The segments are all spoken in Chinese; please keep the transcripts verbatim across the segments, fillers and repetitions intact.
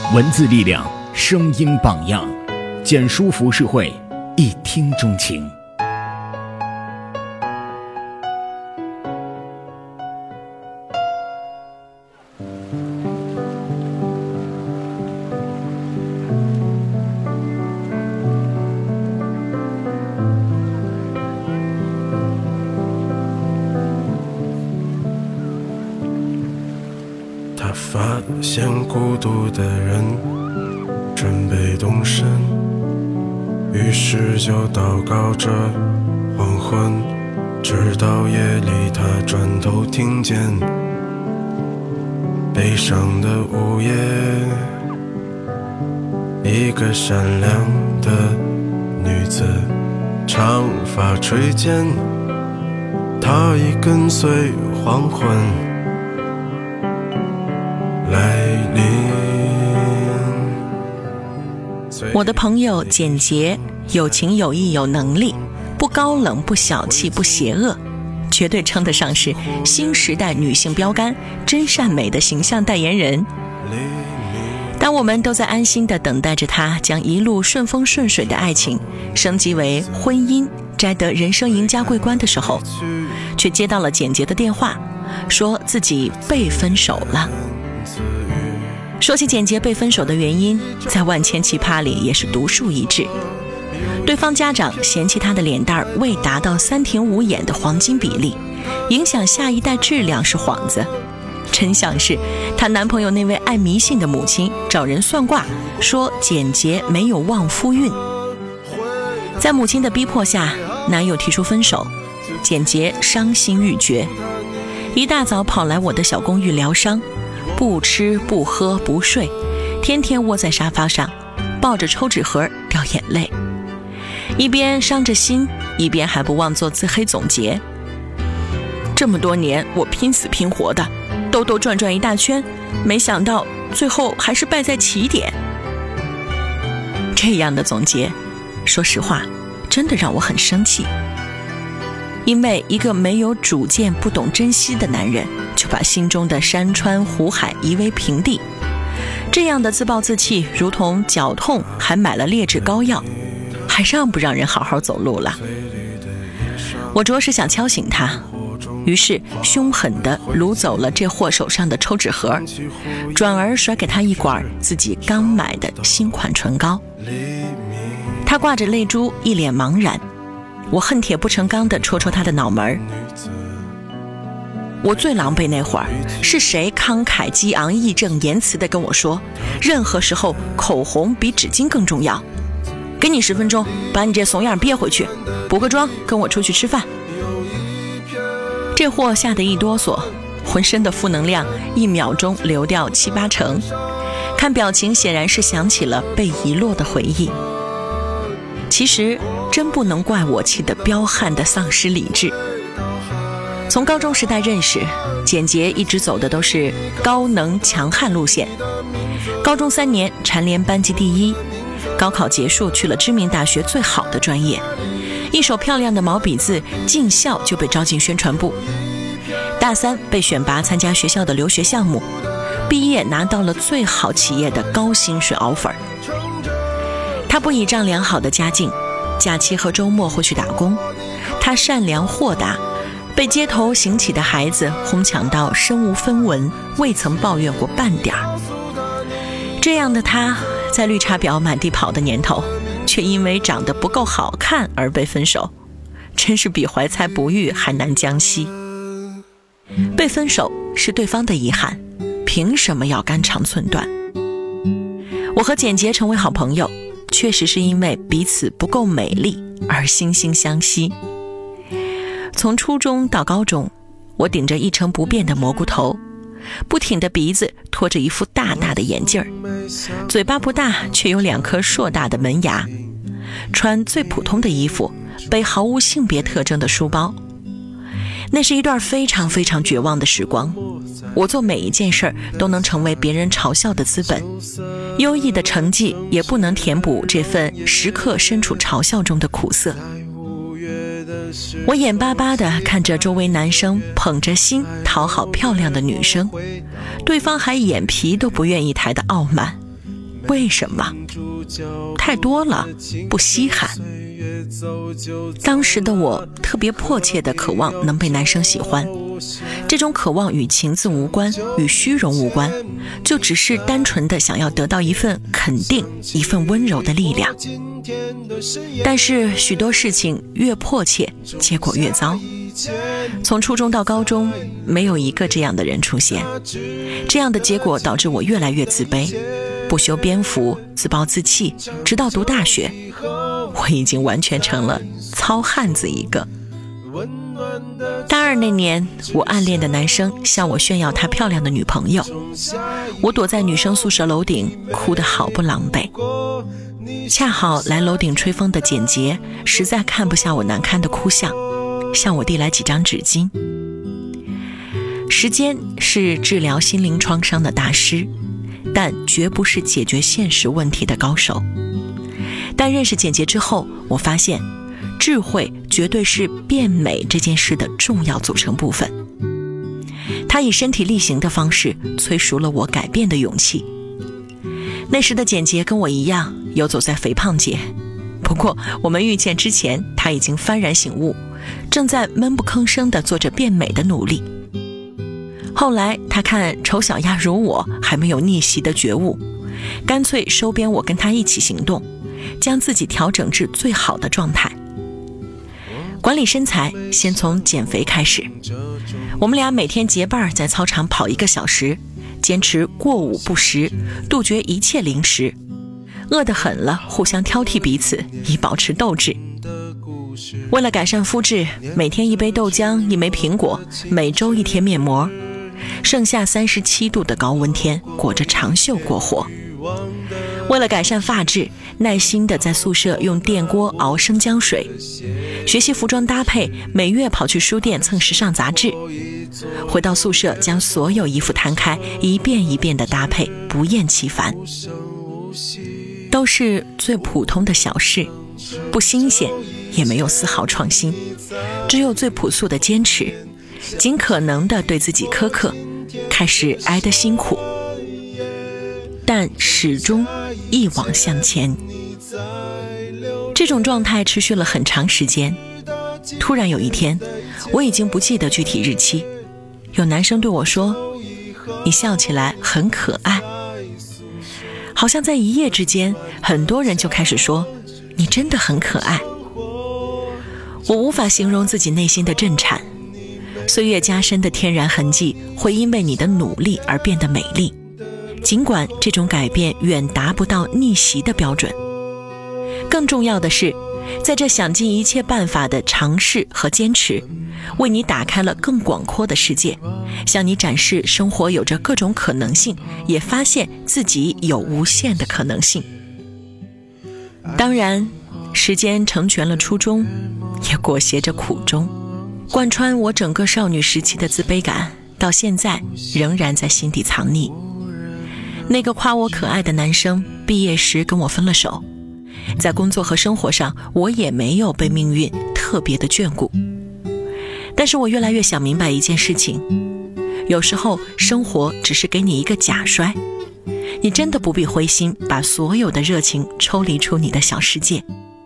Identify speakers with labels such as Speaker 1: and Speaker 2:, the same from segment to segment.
Speaker 1: 文字力量，声音榜样，简书浮世绘，一听钟情。
Speaker 2: 他发现孤独的人准备动身，于是就祷告着黄昏，直到夜里他转头听见悲伤的午夜，一个善良的女子，长发垂肩，她已跟随黄昏来临。
Speaker 3: 我的朋友简洁，有情有义有能力，不高冷不小气不邪恶，绝对称得上是新时代女性标杆真善美的形象代言人。当我们都在安心地等待着她将一路顺风顺水的爱情升级为婚姻，摘得人生赢家桂冠的时候，却接到了简洁的电话，说自己被分手了。说起简洁被分手的原因，在万千奇葩里也是独树一帜。对方家长嫌弃她的脸蛋未达到三庭五眼的黄金比例，影响下一代质量是幌子。真相是她男朋友那位爱迷信的母亲找人算卦，说简洁没有旺夫运。在母亲的逼迫下，男友提出分手，简洁伤心欲绝，一大早跑来我的小公寓疗伤，不吃不喝不睡，天天窝在沙发上抱着抽纸盒掉眼泪，一边伤着心，一边还不忘做自黑总结。这么多年我拼死拼活的兜兜转转一大圈，没想到最后还是败在起点。这样的总结，说实话真的让我很生气。因为一个没有主见不懂珍惜的男人，就把心中的山川湖海夷为平地，这样的自暴自弃如同脚痛还买了劣质膏药，还让不让人好好走路了？我着实想敲醒他，于是凶狠地掳走了这货手上的抽纸盒，转而甩给他一管自己刚买的新款唇膏。他挂着泪珠，一脸茫然。我恨铁不成钢地戳戳他的脑门。我最狼狈那会儿，是谁慷慨激昂义正言辞地跟我说，任何时候口红比纸巾更重要。给你十分钟，把你这怂样憋回去，补个妆，跟我出去吃饭。这货吓得一哆嗦，浑身的负能量一秒钟流掉七八成，看表情显然是想起了被遗落的回忆。其实真不能怪我气得彪悍的丧失理智。从高中时代认识，简洁一直走的都是高能强悍路线。高中三年蝉联班级第一，高考结束去了知名大学最好的专业，一手漂亮的毛笔字，进校就被招进宣传部。大三被选拔参加学校的留学项目，毕业拿到了最好企业的高薪水 offer。他不倚仗良好的家境，假期和周末会去打工。他善良豁达，被街头行乞的孩子哄抢到身无分文，未曾抱怨过半点儿。这样的他，在绿茶婊满地跑的年头，却因为长得不够好看而被分手，真是比怀才不遇还难将息。被分手是对方的遗憾，凭什么要肝肠寸断？我和简洁成为好朋友，确实是因为彼此不够美丽而惺惺相惜。从初中到高中，我顶着一成不变的蘑菇头，不挺的鼻子拖着一副大大的眼镜儿，嘴巴不大却有两颗硕大的门牙，穿最普通的衣服，背毫无性别特征的书包。那是一段非常非常绝望的时光，我做每一件事都能成为别人嘲笑的资本，优异的成绩也不能填补这份时刻身处嘲笑中的苦涩。我眼巴巴地看着周围男生捧着心讨好漂亮的女生，对方还眼皮都不愿意抬的傲慢， 为什么？太多了，不稀罕。当时的我特别迫切地渴望能被男生喜欢，这种渴望与情字无关，与虚荣无关，就只是单纯的想要得到一份肯定，一份温柔的力量。但是许多事情越迫切，结果越糟。从初中到高中，没有一个这样的人出现，这样的结果导致我越来越自卑，不修边幅，自暴自弃，直到读大学，我已经完全成了糙汉子一个。大二那年，我暗恋的男生向我炫耀他漂亮的女朋友，我躲在女生宿舍楼顶，哭得好不狼狈。恰好来楼顶吹风的简洁实在看不下我难堪的哭相，向我递来几张纸巾。时间是治疗心灵创伤的大师，但绝不是解决现实问题的高手。但认识简洁之后，我发现智慧绝对是变美这件事的重要组成部分。他以身体力行的方式催熟了我改变的勇气。那时的简洁跟我一样游走在肥胖界，不过我们遇见之前，他已经幡然醒悟，正在闷不吭声地做着变美的努力。后来他看丑小鸭如我还没有逆袭的觉悟，干脆收编我跟他一起行动，将自己调整至最好的状态。管理身材先从减肥开始，我们俩每天结伴在操场跑一个小时，坚持过午不食，杜绝一切零食，饿得很了互相挑剔彼此，以保持斗志。为了改善肤质，每天一杯豆浆，一枚苹果，每周一天面膜，盛夏三十七度的高温天，裹着长袖过活。为了改善发质，耐心地在宿舍用电锅熬生姜水，学习服装搭配，每月跑去书店蹭时尚杂志，回到宿舍将所有衣服摊开，一遍一遍地搭配，不厌其烦。都是最普通的小事，不新鲜，也没有丝毫创新，只有最朴素的坚持，尽可能地对自己苛刻，开始挨得辛苦，但始终一往向前。这种状态持续了很长时间。突然有一天，我已经不记得具体日期，有男生对我说，你笑起来很可爱。好像在一夜之间，很多人就开始说，你真的很可爱。我无法形容自己内心的震颤，岁月加深的天然痕迹会因为你的努力而变得美丽，尽管这种改变远达不到逆袭的标准。更重要的是，在这想尽一切办法的尝试和坚持，为你打开了更广阔的世界，向你展示生活有着各种可能性，也发现自己有无限的可能性。当然，时间成全了初衷，也裹挟着苦衷，贯穿我整个少女时期的自卑感，到现在仍然在心底藏匿。那个夸我可爱的男生毕业时跟我分了手，在工作和生活上，我也没有被命运特别的眷顾。但是我越来越想明白一件事情，有时候生活只是给你一个假摔，你真的不必灰心，把所有的热情抽离出你的小世界。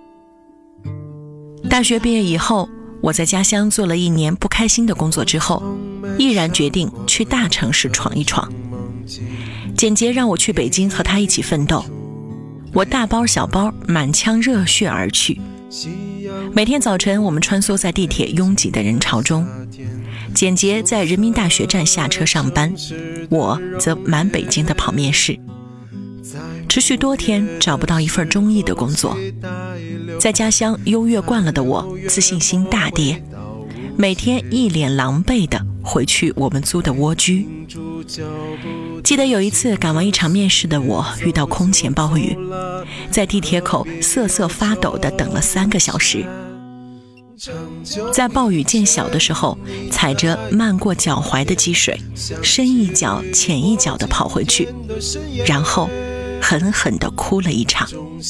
Speaker 3: 大学毕业以后，我在家乡做了一年不开心的工作之后，毅然决定去大城市闯一闯。简洁让我去北京和他一起奋斗，我大包小包满腔热血而去。每天早晨我们穿梭在地铁拥挤的人潮中，简洁在人民大学站下车上班，我则满北京的跑面试。持续多天找不到一份中意的工作，在家乡优越惯了的我自信心大跌，每天一脸狼狈地回去我们租的蜗居。记得有一次赶完一场面试的我遇到空前暴雨，在地铁口瑟瑟发抖地等了三个小时。在暴雨渐小的时候，踩着漫过脚踝的积水，深一脚浅一脚地跑回去，然后狠狠地哭了一场。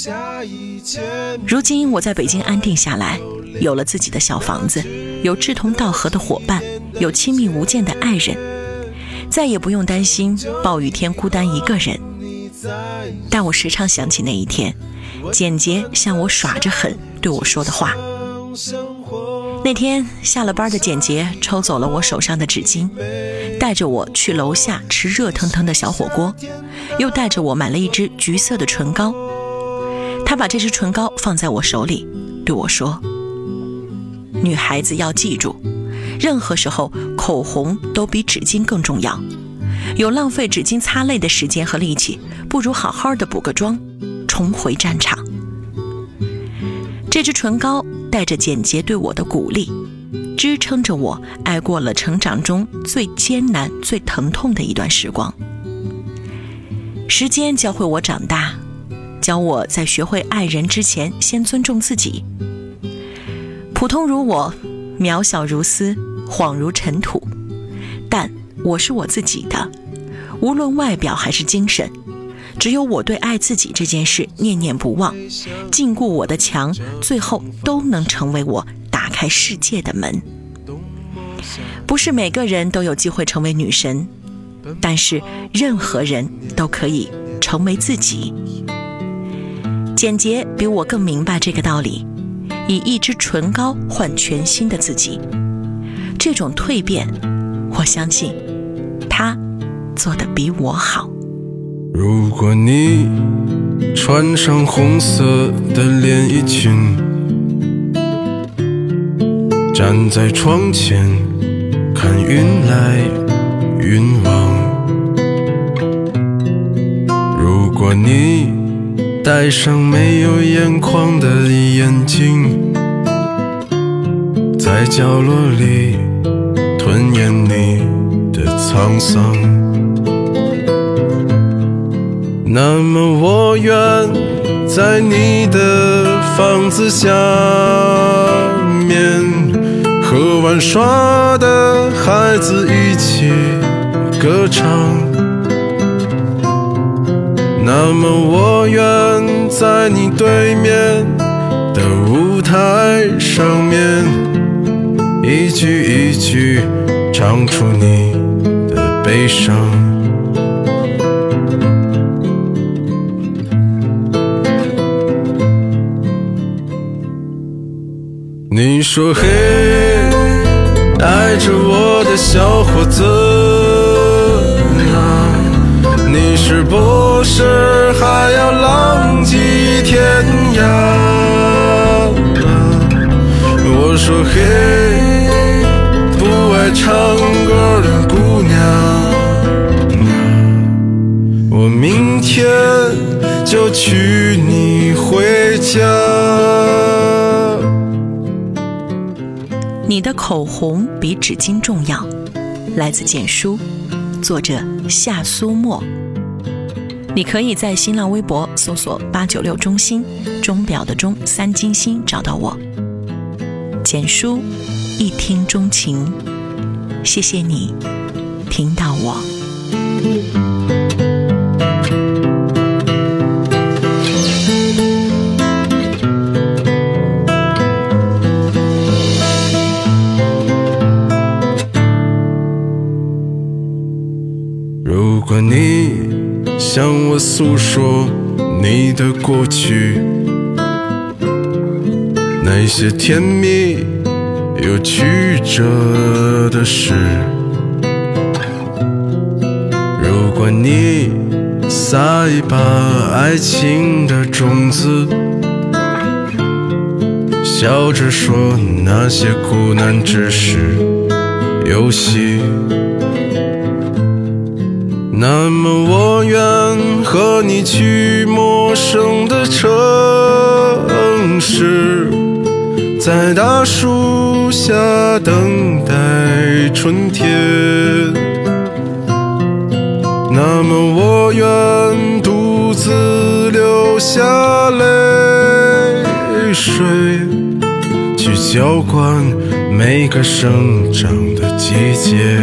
Speaker 3: 如今我在北京安定下来，有了自己的小房子，有志同道合的伙伴，有亲密无间的爱人，再也不用担心暴雨天孤单一个人。 但我时常想起那一天，简洁向我耍着狠对我说的话。那天下了班的简洁抽走了我手上的纸巾，带着我去楼下吃热腾腾的小火锅，又带着我买了一支橘色的唇膏。他把这支唇膏放在我手里，对我说，女孩子要记住，任何时候口红都比纸巾更重要，有浪费纸巾擦泪的时间和力气，不如好好的补个妆，重回战场。这支唇膏带着简洁对我的鼓励，支撑着我挨过了成长中最艰难最疼痛的一段时光。时间教会我长大，教我在学会爱人之前先尊重自己。普通如我，渺小如斯，恍如尘土，但我是我自己的，无论外表还是精神，只有我对爱自己这件事念念不忘，禁锢我的墙最后都能成为我打开世界的门。不是每个人都有机会成为女神，但是任何人都可以成为自己。简洁比我更明白这个道理，以一支唇膏换全新的自己，这种蜕变，我相信他做得比我好。
Speaker 2: 如果你穿上红色的连衣裙，站在窗前看云来云往，如果你戴上没有眼眶的眼镜，在角落里吞咽你的沧桑，那么我愿在你的房子下面和玩耍的孩子一起歌唱，那么我愿在你对面的舞台上面一句一句唱出你的悲伤。你说嘿，爱着我的小伙子啊，你是不是还要浪迹天涯啊？我说嘿，不爱唱歌的姑娘啊，我明天就娶你回家。
Speaker 3: 你的口红比纸巾重要，来自简书，作者夏苏沫。你可以在新浪微博搜索八九六中心，钟表的钟，三金星，找到我。简书，一听钟情，谢谢你听到我。
Speaker 2: 如果你向我诉说你的过去，那些甜蜜又曲折的事，如果你撒一把爱情的种子，笑着说那些苦难只是游戏，那么我愿和你去陌生的城市，在大树下等待春天，那么我愿独自流下泪水，去浇灌每个生长的季节。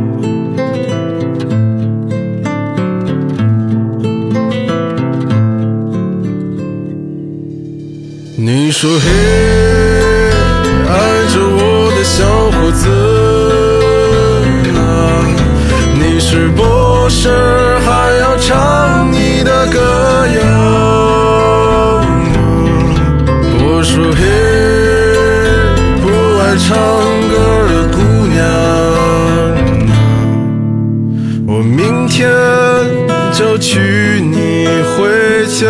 Speaker 2: 你说嘿，爱着我的小伙子啊，你是不是还要唱你的歌说嘿，不爱唱歌的姑娘，我明天就娶你回家。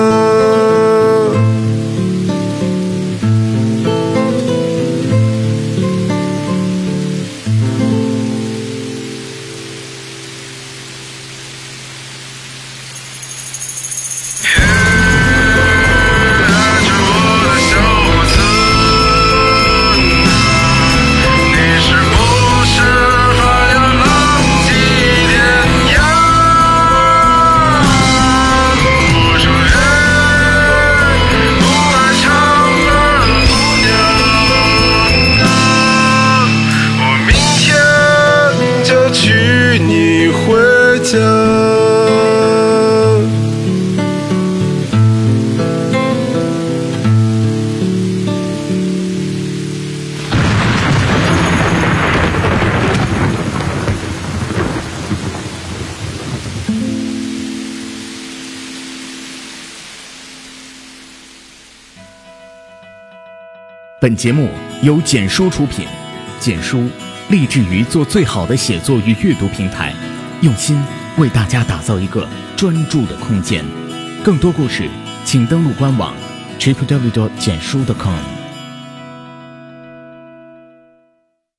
Speaker 1: 本节目由简书出品，简书立志于做最好的写作与阅读平台，用心为大家打造一个专注的空间。更多故事，请登录官网 triple w 点简书 点 com。